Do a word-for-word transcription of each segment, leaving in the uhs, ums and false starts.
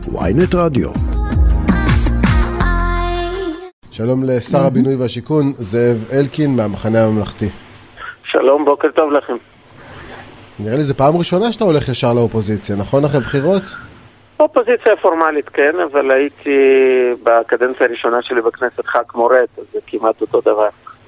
ynet רדיו. שלום לשר הבינוי והשיכון, זאב אלקין מהמחנה הממלכתי. שלום, בוקר טוב לכם. נראה לי זה פעם ראשונה שאתה הולך ישר לאופוזיציה, נכון אחרי בחירות? אופוזיציה פורמלית כן, אבל הייתי בקדנציה הראשונה שלי בכנסת ח"כ מורד, אז זה כמעט אותו דבר.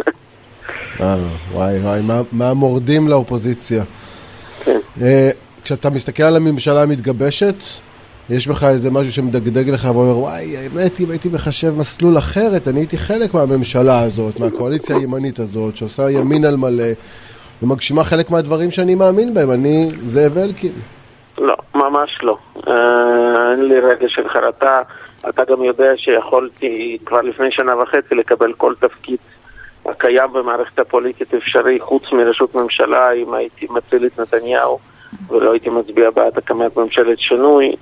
אה, וואי וואי, מה, מה מורדים לאופוזיציה? כן. כשאתה מסתכל על הממשלה המתגבשת, יש בך איזה משהו שמדגדג לך ואומר, וואי, האמת, אם הייתי מחשב מסלול אחרת, אני הייתי חלק מהממשלה הזאת, מהקואליציה הימנית הזאת, שעושה ימין על מלא, ומגשימה חלק מהדברים שאני מאמין בהם. אני זאב אלקין. לא, ממש לא. אין לי רגע של חרטה. אתה גם יודע שיכולתי כבר לפני שנה וחצי לקבל כל תפקיד הקיים במערכת הפוליטית אפשרי, חוץ מראשות ממשלה, אם הייתי מציל את נתניהו, ולא הייתי מצביע בעד הקמת ממשלת שינוי.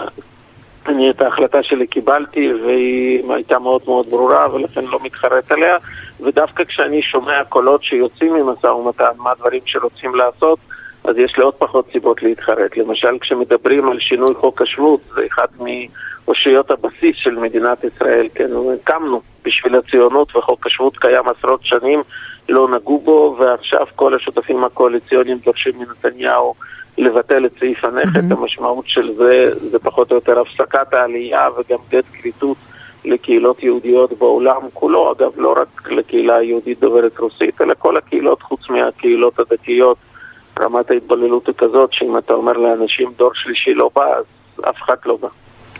אני את ההחלטה שלי קיבלתי, והיא הייתה מאוד מאוד ברורה, ולכן לא מתחרט עליה. ודווקא כשאני שומע קולות שיוצאים ממשא ומתן, מה הדברים שרוצים לעשות, אז יש לי עוד פחות סיבות להתחרט. למשל, כשמדברים על שינוי חוק השבות, זה אחד מאושיות הבסיס של מדינת ישראל. כן, קמנו בשביל הציונות, וחוק השבות קיים עשרות שנים, לא נגעו בו, ועכשיו כל השותפים הקואליציוניים דורשים מנתניהו לבטל את סעיף הנכד. Mm-hmm. המשמעות של זה, זה פחות או יותר הפסקת העלייה, וגם גט קליטות לקהילות יהודיות בעולם כולו. אגב, לא רק לקהילה היהודית דוברת רוסית, אלא כל הקהילות חוץ מהקהילות הדתיות. רמת ההתבוללות היא כזאת, שאם אתה אומר לאנשים דור שלישי לא בא, אז אף אחד לא בא.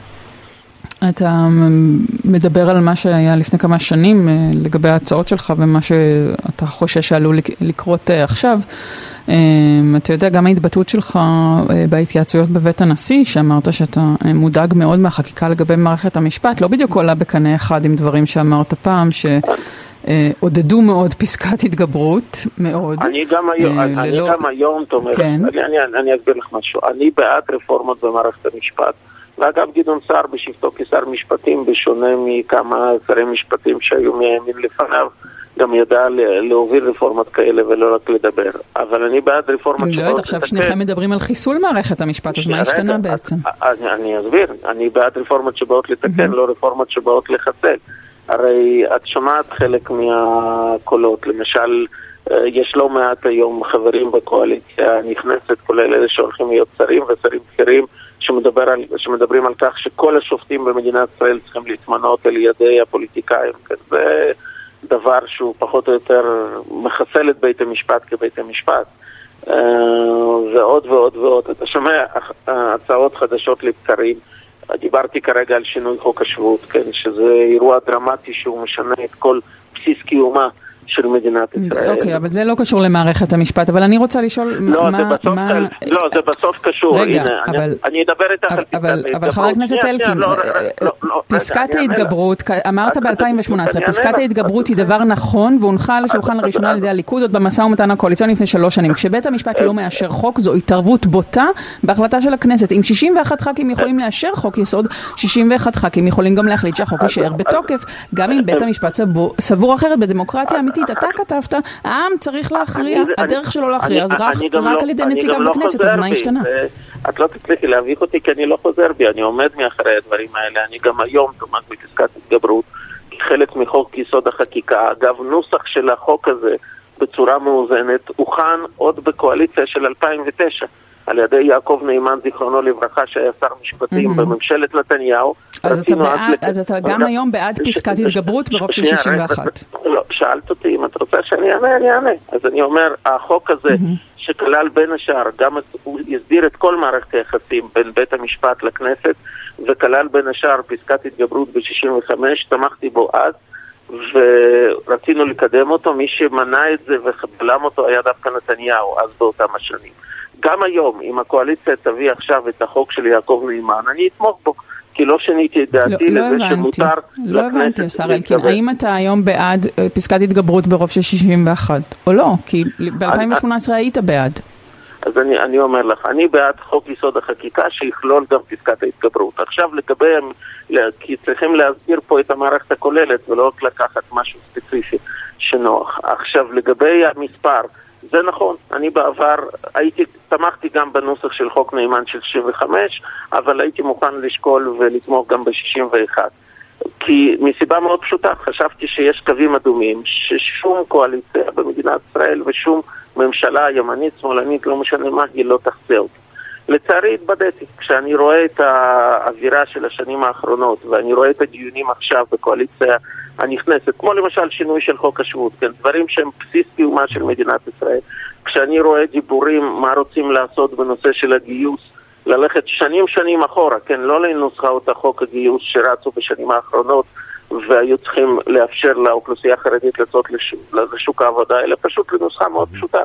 אתה מדבר על מה שהיה לפני כמה שנים לגבי ההצעות שלך ומה שאתה חושש שעלול לקרות עכשיו. אתה יודע, גם ההתבטאות שלך בהתייעצויות בבית הנשיא, שאמרת שאתה מודאג מאוד מהחקיקה לגבי מערכת המשפט, לא בדיוק עולה בקנה אחד עם דברים שאמרת פעם, ש... עודדו מאוד פסקת התגברות, מאוד. אני גם היום, אני גם היום תומך, אני אסביר לך משהו, אני בעד רפורמות במערכת המשפט, ואגב גדעון סער בשבתו כשר משפטים, בשונה מכמה שרי משפטים שהיו מימין לפניו, גם ידע להוביל רפורמות כאלה ולא רק לדבר. אבל אני בעד רפורמות שבאות לתקן. עכשיו שניכם מדברים על חיסול מערכת המשפט, אז מה השתנה בעצם? אני אסביר, אני בעד רפורמות שבאות לתקן, לא רפורמות שבאות לחסל. הרי את שומעת חלק מהקולות, למשל, יש לא מעט היום חברים בקואליציה נכנסת, כולל אלה שהולכים להיות שרים ושרים בכירים, שמדבר על, שמדברים על כך שכל השופטים במדינת ישראל צריכים להתמנות על ידי הפוליטיקאים. זה דבר שהוא פחות או יותר מחסל את בית המשפט כבית המשפט. ועוד ועוד ועוד. אתה שומע הצעות חדשות לבקרים. דיברתי כרגע על שינוי חוק השבות, כן, שזה אירוע דרמטי שהוא משנה את כל בסיס קיומה של מדינת ישראל. אוקיי, אבל זה לא קשור למערכת המשפט, אבל אני רוצה לשאול לא, מה... זה בסוף, מה... קל... לא, זה בסוף קשור. רגע, הנה, אבל... אני, אני אדבר איתך על אבל, אבל חבר הכנסת אלקין, לא, לא, לא, פסקת ההתגברות, אמרת ב-אלפיים ושמונה עשרה, פסקת ההתגברות היא דבר נכון, והונחה על השולחן לראשונה על ידי הליכוד, עוד במשא ומתן הקואליציוני לפני שלוש שנים. כשבית המשפט לא מאשר חוק, זו התערבות בוטה בהחלטה של הכנסת. אם שישים ואחד ח"כים יכולים לאשר חוק יסוד, שישים ואחד ח"כים יכולים גם להחליט שהחוק יישאר בתוקף, גם אם בית המשפט סבור אחרת. בדמוקרטיה אמיתית, אתה כתבת, העם צריך להכריע, הדרך שלו להכריע, אז רק על ידי נציגה בכנסת, אז מה השתנה? את לא תצליחי להביך אותי, כי אני לא חוזר בי, אני עומד מאחורי הדברים האלה, אני גם היום תומך בפסקת התגברות, כחלק מחוק יסוד החקיקה. אגב, נוסח של החוק הזה בצורה מאוזנת, הוכן עוד בקואליציה של אלפיים ותשע, על ידי יעקב נאמן, זיכרונו לברכה, שהיה שר משפטים בממשלת נתניהו. אז אתה גם היום בעד פסקת התגברות ברוב של שישים ואחת. לא, שאלת אותי אם את רוצה שאני אענה, אני אענה. אז אני אומר, החוק הזה שכלל בין השאר, גם הוא יסדיר את כל מערכת היחסים בין בית המשפט לכנסת, וכלל בין השאר פסקת התגברות ב-שישים וחמש, תמכתי בו אז, ורצינו לקדם אותו. מי שמנע את זה ובלם אותו היה דווקא נתניהו, אז באותם השנים. גם היום, אם הקואליציה תביא עכשיו את החוק של יעקב נאמן, אני אתמוך בו, כי לא שיניתי את דעתי לזה שמותר לכנסת. לא הבנתי, השר אלקין, האם אתה היום בעד פסקת התגברות ברוב של שישים ואחת, או לא? כי ב-אלפיים ושמונה עשרה היית בעד. אז אני, אני אומר לך, אני בעד חוק יסוד החקיקה שיכלול גם פסקת ההתגברות. עכשיו לגבי, כי צריכים להסביר פה את המערכת הכוללת, ולא רק לקחת משהו ספציפי שנוח. עכשיו לגבי המספר, זה נכון, אני בעבר הייתי, תמכתי גם בנוסח של חוק נאמן של שישים וחמש, אבל הייתי מוכן לשקול ולתמוך גם ב-שישים ואחת. כי מסיבה מאוד פשוטה, חשבתי שיש קווים אדומים, ששום קואליציה במדינת ישראל ושום ממשלה ימנית, שמאלנית, לא משנה מה, היא לא תחצה אותי. לצערי התבדתי, כשאני רואה את האווירה של השנים האחרונות, ואני רואה את הדיונים עכשיו בקואליציה הנכנסת, כמו למשל שינוי של חוק השבות, כן, דברים שהם בסיס קיומה של מדינת ישראל, כשאני רואה דיבורים מה רוצים לעשות בנושא של הגיוס, ללכת שנים שנים אחורה, כן, לא לנוסחאות החוק הגיוס שרצו בשנים האחרונות, והיו צריכים לאפשר לאוכלוסייה החרדית לצאת לשוק העבודה, אלא פשוט לנוסחה מאוד פשוטה.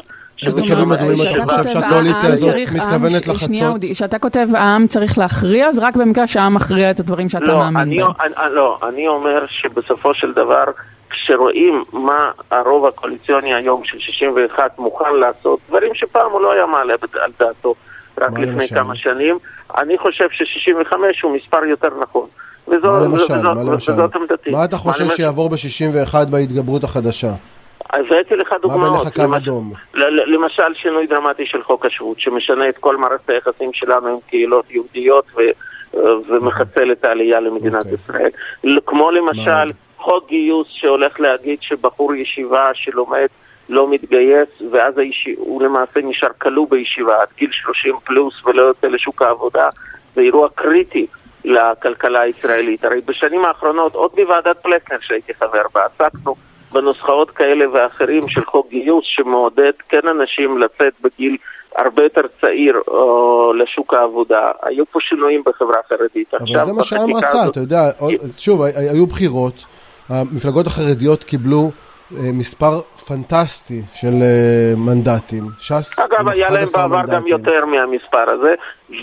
שאתה כותב העם צריך להכריע, אז רק במקרה שהעם מכריע את הדברים שאתה מאמין בהם. לא, אני אומר שבסופו של דבר, כשרואים מה הרוב הקואליציוני היום של שישים ואחת מוכן לעשות, דברים שפעם הוא לא היה מעלה על דעתו, רק לפני כמה שנים, אני חושב ש-שישים וחמש הוא מספר יותר נכון. מה למשל? מה אתה חושב שיעבור ב-שישים ואחת בהתגברות החדשה? הבאתי לך דוגמאות. מה בעיניך קו אדום? למשל שינוי דרמטי של חוק השבות, שמשנה את כל מערכת היחסים שלנו עם קהילות יהודיות ומחצל את העלייה למדינת ישראל. כמו למשל חוק גיוס שהולך להגיד שבחור ישיבה שלומד לא מתגייס, ואז הוא למעשה נשאר כלוא בישיבה עד גיל שלושים פלוס ולא יוצא לשוק העבודה. זה אירוע קריטי לכלכלה הישראלית. הרי בשנים האחרונות, עוד בוועדת פלקנר שהייתי חבר בה, עסקנו בנוסחאות כאלה ואחרים של חוק גיוס שמעודד כן אנשים לצאת בגיל הרבה יותר צעיר או, לשוק העבודה. היו פה שינויים בחברה החרדית. אבל זה מה שהעם רצה, אתה יודע, שוב, היו בחירות, המפלגות החרדיות קיבלו מספר פנטסטי של מנדטים. אגב, היה להם בעבר גם יותר מהמספר הזה,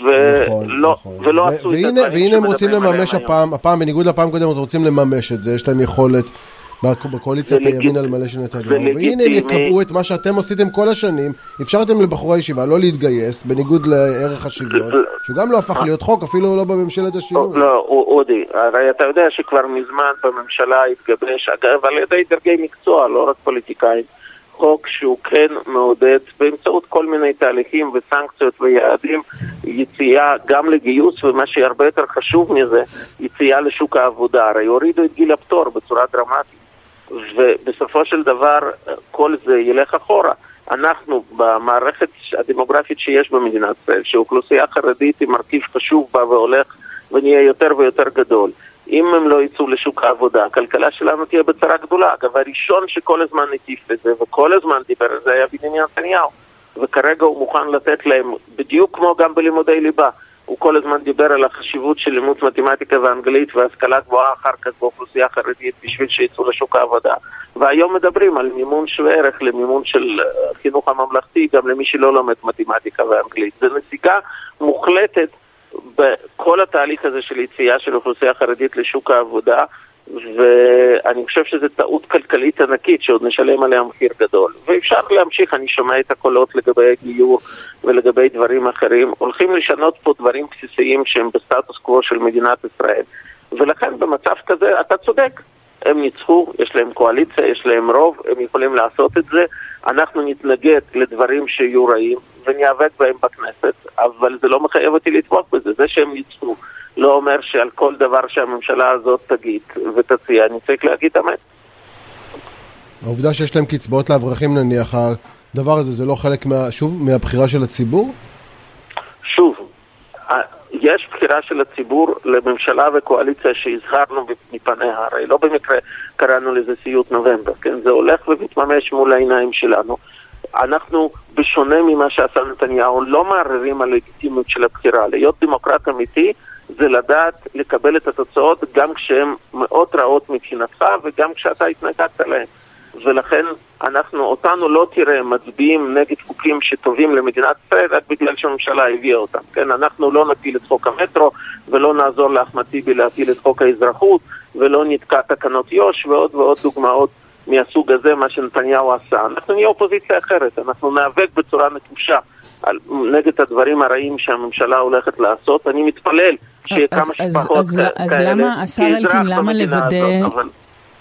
ולא עשו את הדברים. והנה הם רוצים לממש הפעם, הפעם בניגוד לפעם קודם, הם רוצים לממש את זה, יש להם יכולת בקואליציית הימין על מלא של נתניהו. והנה הם יקבעו את מה שאתם עשיתם כל השנים, אפשרתם לבחורי הישיבה לא להתגייס, בניגוד לערך השוויון, שהוא גם לא הפך להיות חוק, אפילו לא בממשלת השינוי. לא, אודי, הרי אתה יודע שכבר מזמן בממשלה התגבש, אגב, על ידי דרגי מקצוע, לא רק פוליטיקאים, חוק שהוא כן מעודד באמצעות כל מיני תהליכים וסנקציות ויעדים, יציאה גם לגיוס, ומה שהרבה יותר חשוב מזה, יציאה לשוק העבודה. הרי הורידו את גיל הפטור בצורה דרמטית, ובסופו של דבר כל זה ילך אחורה. אנחנו במערכת הדמוגרפית שיש במדינת ישראל, שאוכלוסייה חרדית היא מרכיב חשוב בה והולך ונהיה יותר ויותר גדול. אם הם לא יצאו לשוק העבודה, הכלכלה שלנו תהיה בצרה גדולה. אגב, הראשון שכל הזמן נטיף לזה וכל הזמן דיבר על זה היה בנימין נתניהו, וכרגע הוא מוכן לתת להם, בדיוק כמו גם בלימודי ליבה, הוא כל הזמן דיבר על החשיבות של לימוד מתמטיקה ואנגלית והשכלה גבוהה אחר כך באוכלוסייה חרדית בשביל שיצאו לשוק העבודה. והיום מדברים על מימון שווה ערך למימון של חינוך הממלכתי גם למי שלא לומד מתמטיקה ואנגלית. זה נסיגה מוחלטת בכל התהליך הזה של יציאה של אוכלוסייה חרדית לשוק העבודה, ואני חושב שזו טעות כלכלית ענקית שעוד נשלם עליה מחיר גדול. ואפשר להמשיך, אני שומע את הקולות לגבי הגיור ולגבי דברים אחרים. הולכים לשנות פה דברים בסיסיים שהם בסטטוס קוו של מדינת ישראל. ולכן במצב כזה אתה צודק. הם ניצחו, יש להם קואליציה, יש להם רוב, הם יכולים לעשות את זה. אנחנו נתנגד לדברים שיהיו רעים וניאבק בהם בכנסת, אבל זה לא מחייב אותי לתמוך בזה. זה שהם ניצחו לא אומר שעל כל דבר שהממשלה הזאת תגיד ותציע, אני צריך להגיד אמת. העובדה שיש להם קצבאות לאברכים נניח, הדבר הזה זה לא חלק מה, שוב, מהבחירה של הציבור? שוב, יש בחירה של הציבור לממשלה וקואליציה שהזהרנו מפניה, הרי לא במקרה קראנו לזה סיוט נובמבר, כן? זה הולך ומתממש מול העיניים שלנו. אנחנו, בשונה ממה שעשה נתניהו, לא מערערים על לגיטימיות של הבחירה. להיות דמוקרט אמיתי זה לדעת לקבל את התוצאות גם כשהן מאוד רעות מבחינתך וגם כשאתה התנגדת להן. ולכן אנחנו, אותנו לא תראה מצביעים נגד חוקים שטובים למדינת ישראל רק בגלל שהממשלה הביאה אותם. כן, אנחנו לא נפיל את חוק המטרו ולא נעזור לאחמד טיבי להפיל את חוק האזרחות ולא נתקע תקנות יוש ועוד ועוד דוגמאות מהסוג הזה, מה שנתניהו עשה. אנחנו נהיה אופוזיציה אחרת, אנחנו נאבק בצורה נקושה על, נגד הדברים הרעים שהממשלה הולכת לעשות. אני מתפלל שיהיה כמה שפחות כאלה. אז למה, השר אלקין, למה לוודא...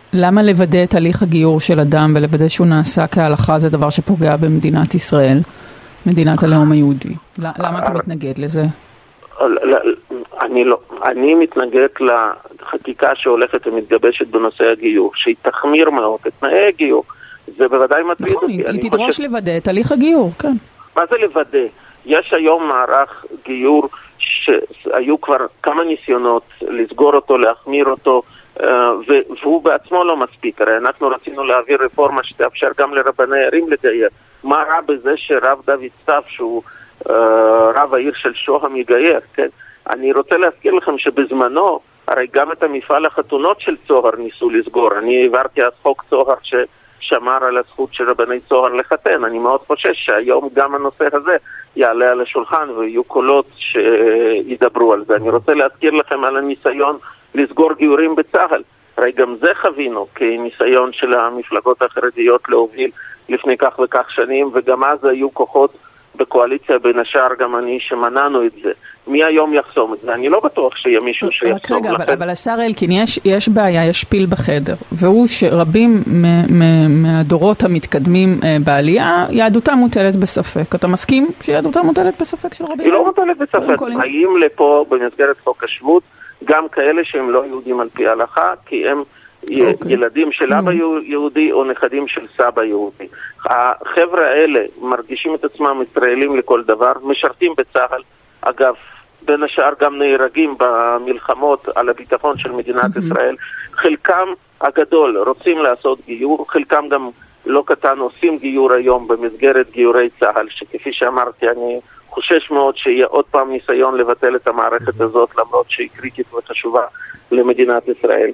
למה לוודא את הליך הגיור של אדם ולוודא שהוא נעשה כהלכה זה דבר שפוגע במדינת ישראל, מדינת הלאום היהודי? למה אתה מתנגד לזה? אני לא. אני מתנגד לחקיקה שהולכת ומתגבשת בנושא הגיור, שהיא תחמיר מאוד את תנאי הגיור. זה בוודאי מטריד אותי. נכון, היא תדרוש לוודא את הליך הגיור, כן. מה זה לוודא? יש היום מערך גיור שהיו כבר כמה ניסיונות לסגור אותו, להחמיר אותו, והוא בעצמו לא מספיק. הרי אנחנו רצינו להעביר רפורמה שתאפשר גם לרבני ערים לגייר. מה רע בזה שרב דוד סתיו, שהוא רב העיר של שוהם, יגייר, כן? אני רוצה להזכיר לכם שבזמנו, הרי גם את המפעל החתונות של צוהר ניסו לסגור. אני העברתי אז חוק צוהר ששמר על הזכות של רבני צוהר לחתן. אני מאוד חושש שהיום גם הנושא הזה יעלה על השולחן ויהיו קולות שידברו על זה. אני רוצה להזכיר לכם על הניסיון לסגור גיורים בצהל. הרי גם זה חווינו כניסיון של המפלגות החרדיות להוביל לפני כך וכך שנים, וגם אז היו כוחות בקואליציה, בין השאר גם אני, שמנענו את זה. מי היום יחסום את זה? אני לא בטוח שיהיה מישהו שיחסום. רגע, אבל, אבל השר אלקין, יש, יש בעיה, יש פיל בחדר, והוא שרבים מהדורות המתקדמים בעלייה, יהדותם מוטלת בספק. אתה מסכים שיהדותם מוטלת בספק של רבים? היא לא מוטלת בספק. האם לפה במסגרת חוק השבות, גם כאלה שהם לא יהודים על פי ההלכה, כי הם Okay. ילדים של אבא יהודי או נכדים של סבא יהודי. החבר'ה האלה מרגישים את עצמם ישראלים לכל דבר, משרתים בצהל, אגב, בין השאר גם נהרגים במלחמות על הביטחון של מדינת mm-hmm. ישראל. חלקם הגדול רוצים לעשות גיור, חלקם גם לא קטן עושים גיור היום במסגרת גיורי צהל, שכפי שאמרתי, אני חושש מאוד שיהיה עוד פעם ניסיון לבטל את המערכת הזאת, למרות שהיא קריטית וחשובה למדינת ישראל.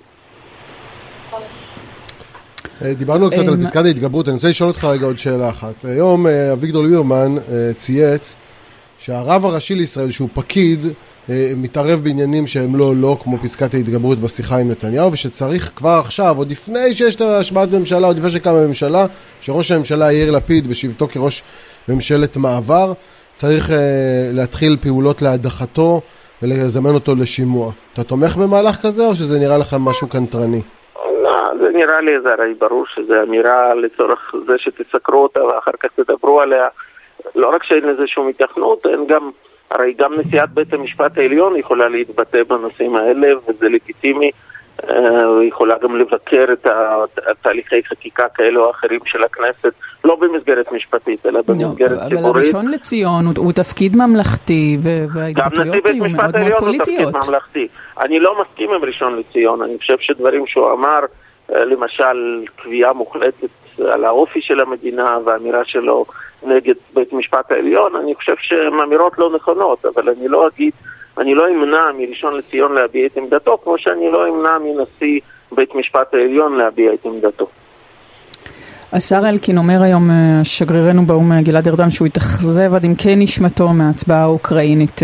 דיברנו קצת על פסקת ההתגברות, אני רוצה לשאול אותך רגע עוד שאלה אחת. היום אביגדור ליברמן צייץ שהרב הראשי לישראל, שהוא פקיד, מתערב בעניינים שהם לא לא, כמו פסקת ההתגברות בשיחה עם נתניהו, ושצריך כבר עכשיו, עוד לפני שיש את השבעת ממשלה, עוד לפני שקמה הממשלה, שראש הממשלה יאיר לפיד בשבתו כראש ממשלת מעבר, צריך להתחיל פעולות להדחתו ולזמן אותו לשימוע. אתה תומך במהלך כזה, או שזה נראה לך משהו קנטרני? זה נראה לי, זה הרי ברור שזה אמירה לצורך זה שתסקרו אותה ואחר כך תדברו עליה. לא רק שאין לזה שום התכנות, אין גם, הרי גם נשיאת בית המשפט העליון יכולה להתבטא בנושאים האלה, וזה לגיטימי. היא יכולה גם לבקר את התהליכי חקיקה כאלה או אחרים של הכנסת, לא במסגרת משפטית, אלא במסגרת ציבורית. אבל הראשון לציון הוא תפקיד ממלכתי, וההתבטאויות היו מאוד מאוד פוליטיות. אני לא מסכים עם ראשון לציון, אני חושב שדברים שהוא אמר, למשל קביעה מוחלטת על האופי של המדינה והאמירה שלו נגד בית משפט העליון, אני חושב שהן אמירות לא נכונות, אבל אני לא אגיד, אני לא אמנע מראשון לציון להביע את עמדתו, כמו שאני לא אמנע מנשיא בית משפט העליון להביע את עמדתו. השר אלקין אומר היום, שגרירנו באום גלעד ארדן, שהוא התאכזב עד עמקי נשמתו מההצבעה האוקראינית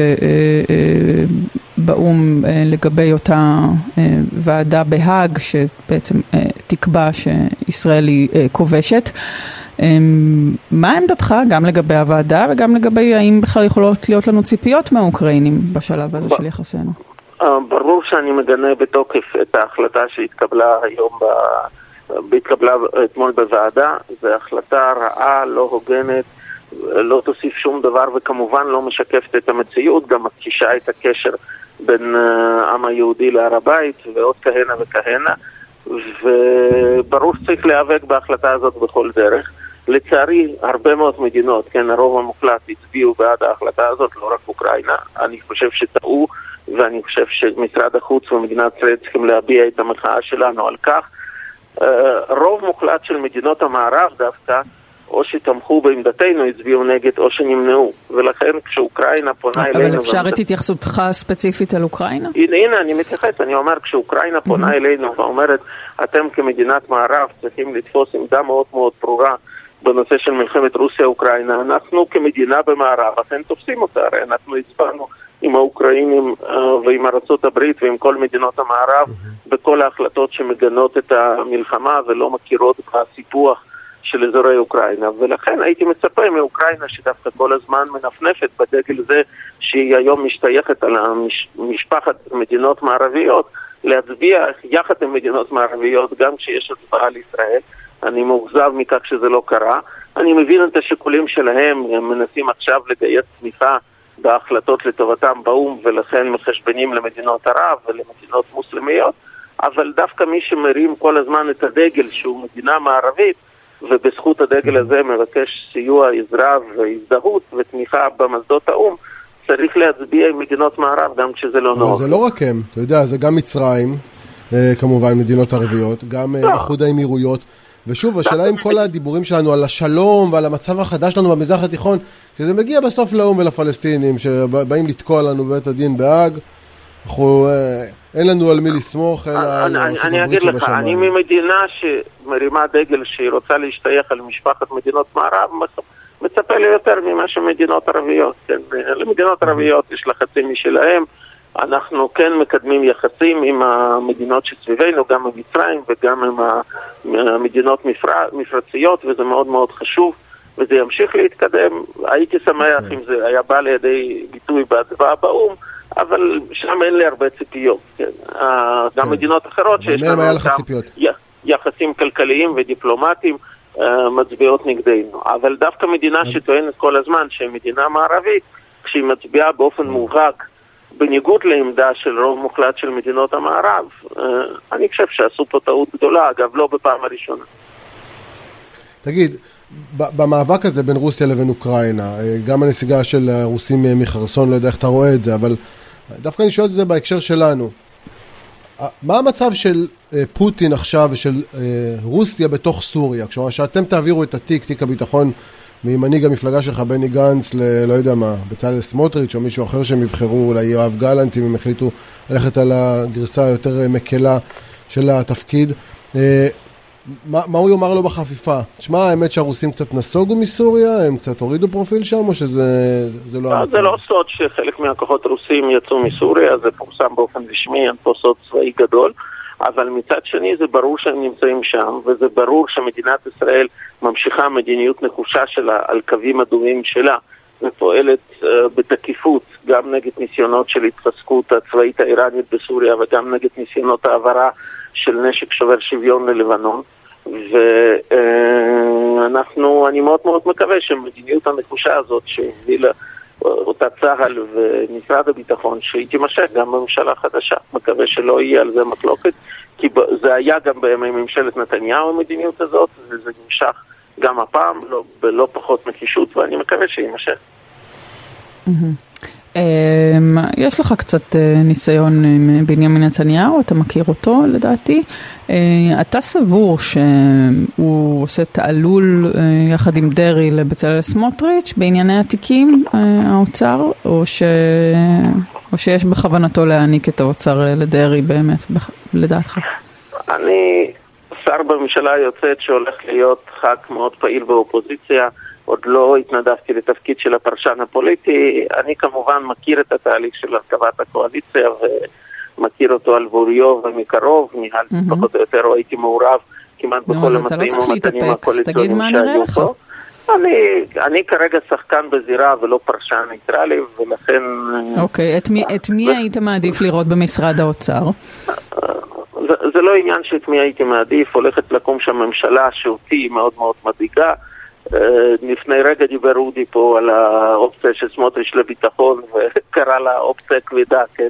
באום לגבי אותה ועדה בהאג, שבעצם תקבע שישראל היא כובשת. מה עמדתך גם לגבי הוועדה וגם לגבי האם בכלל יכולות להיות לנו ציפיות מהאוקראינים בשלב הזה של יחסינו? ברור שאני מגנה בתוקף את ההחלטה שהתקבלה היום ב... בהתקבלה אתמול בוועדה. זו החלטה רעה, לא הוגנת, לא תוסיף שום דבר וכמובן לא משקפת את המציאות, גם מקשישה את הקשר בין העם היהודי להר הבית ועוד כהנה וכהנה, וברור שצריך להיאבק בהחלטה הזאת בכל דרך. לצערי, הרבה מאוד מדינות, כן, הרוב המוחלט הצביעו בעד ההחלטה הזאת, לא רק אוקראינה. אני חושב שטעו, ואני חושב שמשרד החוץ ומדינת ישראל צריכים להביע את המחאה שלנו על כך. רוב מוחלט של מדינות המערב דווקא, או שתמכו בעמדתנו, הצביעו נגד, או שנמנעו. ולכן כשאוקראינה פונה אלינו... אבל אפשר את התייחסותך ספציפית על אוקראינה? הנה, הנה, אני מתייחס. אני אומר, כשאוקראינה פונה אלינו ואומרת, אתם כמדינת מערב צריכים לתפוס עמדה מאוד מאוד ברורה בנושא של מלחמת רוסיה-אוקראינה, אנחנו כמדינה במערב, אכן תופסים אותה. הרי אנחנו הצבענו עם האוקראינים ועם ארצות הברית ועם כל מדינות המערב בכל ההחלטות שמגנות את המלחמה ולא מכירות בסיפוח של אזורי אוקראינה. ולכן הייתי מצפה מאוקראינה שדווקא כל הזמן מנפנפת בדגל זה שהיא היום משתייכת על משפחת מדינות מערביות, להצביע יחד עם מדינות מערביות, גם כשיש הצבעה לישראל. אני מאוכזב מכך שזה לא קרה. אני מבין את השיקולים שלהם, הם מנסים עכשיו לגייס תמיכה בהחלטות לטובתם באום, ולכן מחשבנים למדינות ערב ולמדינות מוסלמיות, אבל דווקא מי שמרים כל הזמן את הדגל שהוא מדינה מערבית, ובזכות הדגל הזה מבקש סיוע, עזרה והזדהות ותמיכה במוסדות האום, צריך להצביע עם מדינות מערב גם כשזה לא נוח. זה לא רק הם, אתה יודע, זה גם מצרים, כמובן מדינות ערביות, גם איחוד האמירויות, ושוב, השאלה עם כל הדיבורים שלנו על השלום ועל המצב החדש שלנו במזרח התיכון, כשזה מגיע בסוף לאום ולפלסטינים שבאים לתקוע לנו בבית הדין בהאג, אנחנו, אין לנו על מי לסמוך, אלא על ארצות הברית שבשמיים. אני אגיד לך, אני ממדינה שמרימה דגל שהיא רוצה להשתייך על משפחת מדינות מערב, מצפה לי יותר ממה שמדינות ערביות. למדינות ערביות יש לחצים משלהם, אנחנו כן מקדמים יחסים עם המדינות שסביבנו, גם עם מצרים וגם עם המדינות מפרציות, וזה מאוד מאוד חשוב, וזה ימשיך להתקדם. הייתי שמח אם זה היה בא לידי ביטוי בהצבעה באום, אבל שם אין לי הרבה ציפיות. גם מדינות אחרות שיש לנו יחסים כלכליים ודיפלומטיים מצביעות נגדנו. אבל דווקא מדינה שטוענת כל הזמן שהיא מדינה מערבית, כשהיא מצביעה באופן מובהק, בניגוד לעמדה של רוב מוחלט של מדינות המערב, אני חושב שעשו פה טעות גדולה, אגב, לא בפעם הראשונה. תגיד, במאבק הזה בין רוסיה לבין אוקראינה, גם הנסיגה של הרוסים מחרסון, לא יודע איך אתה רואה את זה, אבל דווקא אני שואל את זה בהקשר שלנו. מה המצב של פוטין עכשיו ושל רוסיה בתוך סוריה? כשאומר שאתם תעבירו את התיק, תיק הביטחון, ממנהיג המפלגה שלך בני גנץ ל... לא יודע מה, בצלאל סמוטריץ' או מישהו אחר שהם יבחרו, אולי יואב גלנט, אם הם החליטו ללכת על הגרסה היותר מקלה של התפקיד. מה, מה הוא יאמר לו בחפיפה? תשמע, האמת שהרוסים קצת נסוגו מסוריה, הם קצת הורידו פרופיל שם, או שזה זה לא המצב? זה לא סוד שחלק מהכוחות רוסים יצאו מסוריה, זה פורסם באופן רשמי, אין פה סוד צבאי גדול, אבל מצד שני זה ברור שהם נמצאים שם, וזה ברור שמדינת ישראל ממשיכה מדיניות נחושה שלה על קווים אדומים שלה, ופועלת uh, בתקיפות גם נגד ניסיונות של התחזקות הצבאית האיראנית בסוריה, וגם נגד ניסיונות העברה של נשק שובר שוויון ללבנון. ואנחנו, uh, אני מאוד מאוד מקווה שמדיניות הנחושה הזאת שהובילה אותה צה"ל ומשרד הביטחון, שהיא תימשך גם בממשלה חדשה. מקווה שלא יהיה על זה מחלוקת, כי זה היה גם בימי ממשלת נתניהו המדיניות הזאת, וזה נמשך גם הפעם, לא, בלא פחות נחישות, ואני מקווה שיימשך. יש לך קצת ניסיון עם בנימין נתניהו, אתה מכיר אותו לדעתי. אתה סבור שהוא עושה תעלול יחד עם דרי לבצלאל סמוטריץ' בענייני התיקים האוצר, או, ש... או שיש בכוונתו להעניק את האוצר לדרי באמת, לדעתך? אני שר בממשלה יוצאת שהולך להיות ח"כ מאוד פעיל באופוזיציה, עוד לא התנדבתי לתפקיד של הפרשן הפוליטי. אני כמובן מכיר את התהליך של הרכבת הקואליציה ומכיר אותו על בוריו ומקרוב, ניהלתי mm-hmm. פחות או יותר, או הייתי מעורב כמעט no, בכל המתאים ומתנים הקואליציוניים שהיו פה. אני, אני כרגע שחקן בזירה ולא פרשן ניטרלי, ולכן... אוקיי, okay, את מי, את מי היית מעדיף לראות במשרד האוצר? זה, זה לא עניין שאת מי הייתי מעדיף, הולכת לקום שם ממשלה שאותי מאוד מאוד מדאיגה. לפני רגע דיבר אודי פה על האופציה של סמוטריץ' לביטחון, וקרא לה אופציה כבדה, כן,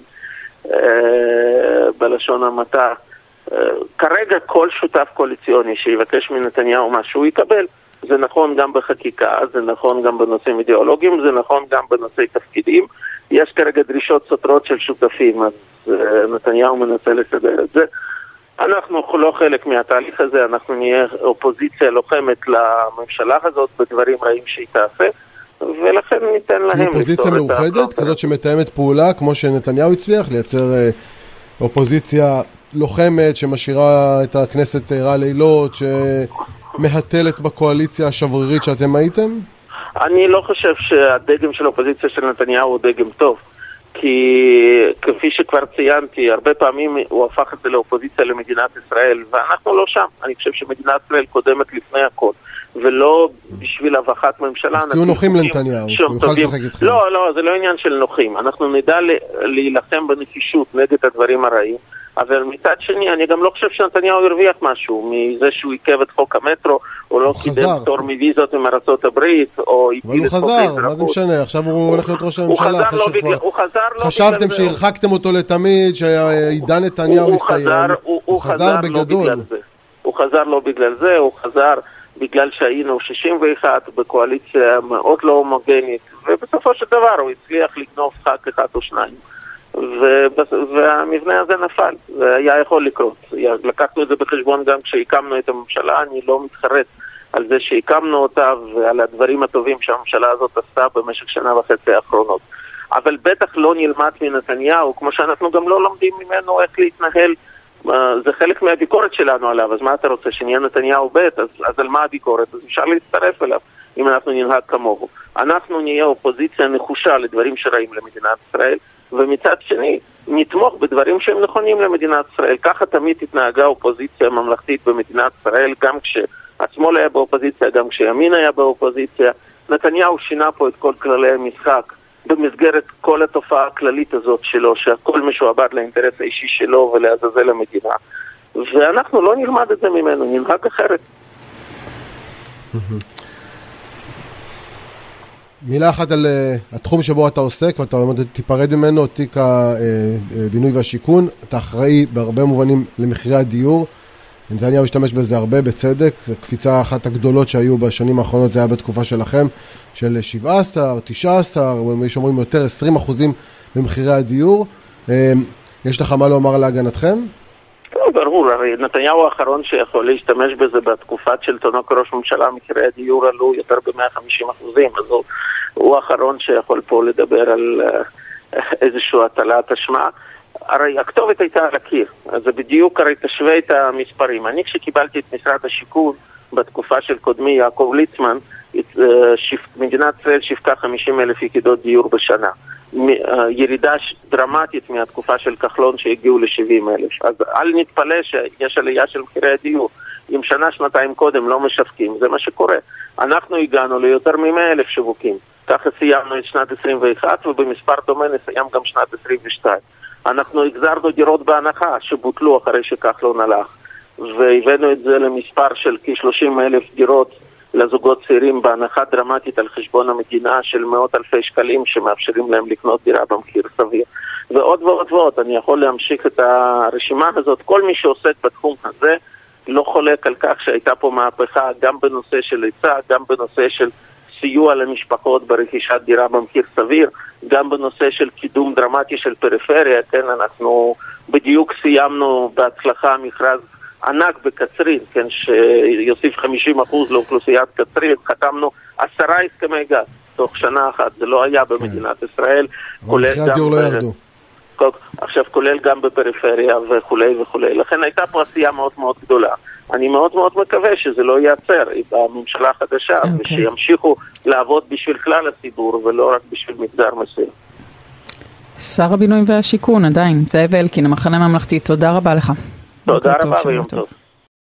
בלשון המעטה. כרגע כל שותף קואליציוני שיבקש מנתניהו מה שהוא יקבל, זה נכון גם בחקיקה, זה נכון גם בנושאים אידיאולוגיים, זה נכון גם בנושאי תפקידים. יש כרגע דרישות סותרות של שותפים, אז נתניהו מנסה לסדר את זה. אנחנו לא חלק מהתהליך הזה, אנחנו נהיה אופוזיציה לוחמת לממשלה הזאת בדברים רעים שהיא תעשה, ולכן ניתן להם... אופוזיציה מאוחדת, כזאת שמתאמת פעולה, כמו שנתניהו הצליח, לייצר אופוזיציה לוחמת שמשאירה את הכנסת רע לילות, שמהטלת בקואליציה השברירית שאתם הייתם? אני לא חושב שהדגם של האופוזיציה של נתניהו הוא דגם טוב. כי כפי שכבר ציינתי, הרבה פעמים הוא הפך את זה לאופוזיציה למדינת ישראל, ואנחנו לא שם. אני חושב שמדינת ישראל קודמת לפני הכל, ולא בשביל הבחת ממשלה. אז תהיו נוחים לנתניהו, הוא יוכל לשחק איתכם. לא, לא, זה לא עניין של נוחים. אנחנו נדע להילחם בנחישות נגד הדברים הרעים, אבל מצד שני, אני גם לא חושב שנתניהו הרוויח משהו מזה שהוא עיכב את חוק המטרו, או לא קידם פטור מוויזות עם ארצות הברית, או אבל הוא חזר, מה זה משנה? עכשיו הוא הולך להיות ראש הממשלה. הוא חזר לא חשבתם שהרחקתם אותו לתמיד, שעידן נתניהו הסתיים. הוא חזר בגדול. הוא חזר לא בגלל זה, הוא חזר בגלל שהיינו שישים ואחת בקואליציה מאוד לא הומוגנית, ובסופו של דבר הוא הצליח לגנוב ח"כ אחד או שניים. והמבנה הזה נפל, זה היה יכול לקרות. לקחנו את זה בחשבון גם כשהקמנו את הממשלה, אני לא מתחרט על זה שהקמנו אותה ועל הדברים הטובים שהממשלה הזאת עשתה במשך שנה וחצי האחרונות. אבל בטח לא נלמד מנתניהו, כמו שאנחנו גם לא לומדים ממנו איך להתנהל. זה חלק מהביקורת שלנו עליו, אז מה אתה רוצה, שנהיה נתניהו ב', אז, אז על מה הביקורת? אז אפשר להצטרף אליו אם אנחנו ננהג כמוהו. אנחנו נהיה אופוזיציה נחושה לדברים שראים למדינת ישראל, ומצד שני נתמוך בדברים שהם נכונים למדינת ישראל. ככה תמיד התנהגה אופוזיציה ממלכתית במדינת ישראל, גם כשהשמאל היה באופוזיציה, גם כשימין היה באופוזיציה. נתניהו שינה פה את כל כללי המשחק במסגרת כל התופעה הכללית הזאת שלו, שהכל משועבד לאינטרס האישי שלו ולעזאזל המדינה. ואנחנו לא נלמד את זה ממנו, ננהג אחרת. מילה אחת על uh, התחום שבו אתה עוסק, ואתה תיפרד ממנו, תיק הבינוי והשיכון. אתה אחראי בהרבה מובנים למחירי הדיור. נתניהו השתמש בזה הרבה בצדק. זו קפיצה אחת הגדולות שהיו בשנים האחרונות, זה היה בתקופה שלכם, של שבע עשרה, תשע עשרה, יש אומרים יותר עשרים אחוזים במחירי הדיור. Uh, יש לך מה לומר להגנתכם? ברור, הרי נתניהו האחרון שיכול להשתמש בזה בתקופת שלטונו כראש ממשלה, מחירי הדיור עלו יותר ב-מאה וחמישים אחוזים, אז הוא, הוא האחרון שיכול פה לדבר על uh, איזשהו הטלת אשמה. הרי הכתובת הייתה על הקיר, אז זה בדיוק, הרי תשווה את המספרים. אני כשקיבלתי את משרד השיכון בתקופה של קודמי יעקב ליצמן, את, uh, שיפ, מדינת ישראל שיפקה חמישים אלף יחידות דיור בשנה. ירידה דרמטית מהתקופה של כחלון שהגיעו ל-שבעים אלף. אז אל נתפלא שיש עלייה של מחירי הדיור. אם שנה, שנתיים קודם לא משווקים, זה מה שקורה. אנחנו הגענו ליותר מ-מאה אלף שיווקים. ככה סיימנו את שנת עשרים ואחת, ובמספר דומה נסיים גם שנת עשרים ושתיים. אנחנו הגזרנו דירות בהנחה שבוטלו אחרי שכחלון הלך, והבאנו את זה למספר של כ-שלושים אלף דירות לזוגות צעירים בהנחה דרמטית על חשבון המדינה של מאות אלפי שקלים שמאפשרים להם לקנות דירה במחיר סביר. ועוד ועוד ועוד, אני יכול להמשיך את הרשימה הזאת. כל מי שעוסק בתחום הזה לא חולק על כך שהייתה פה מהפכה גם בנושא של היצע, גם בנושא של סיוע למשפחות ברכישת דירה במחיר סביר, גם בנושא של קידום דרמטי של פריפריה. כן, אנחנו בדיוק סיימנו בהצלחה מכרז ענק בקצרין, כן, שיוסיף חמישים אחוז לאוכלוסיית קצרין. חתמנו עשרה הסכמי גז תוך שנה אחת, זה לא היה במדינת ישראל, כולל גם לא ירדו. עכשיו כולל גם בפריפריה וכולי וכולי. לכן הייתה פה עשייה מאוד מאוד גדולה. אני מאוד מאוד מקווה שזה לא ייעצר בממשלה החדשה, okay. ושימשיכו לעבוד בשביל כלל הציבור ולא רק בשביל מגזר מסוים. שר הבינוי והשיכון עדיין, זאב אלקין, המחנה הממלכתי, תודה רבה לך. תודה רבה ויום טוב.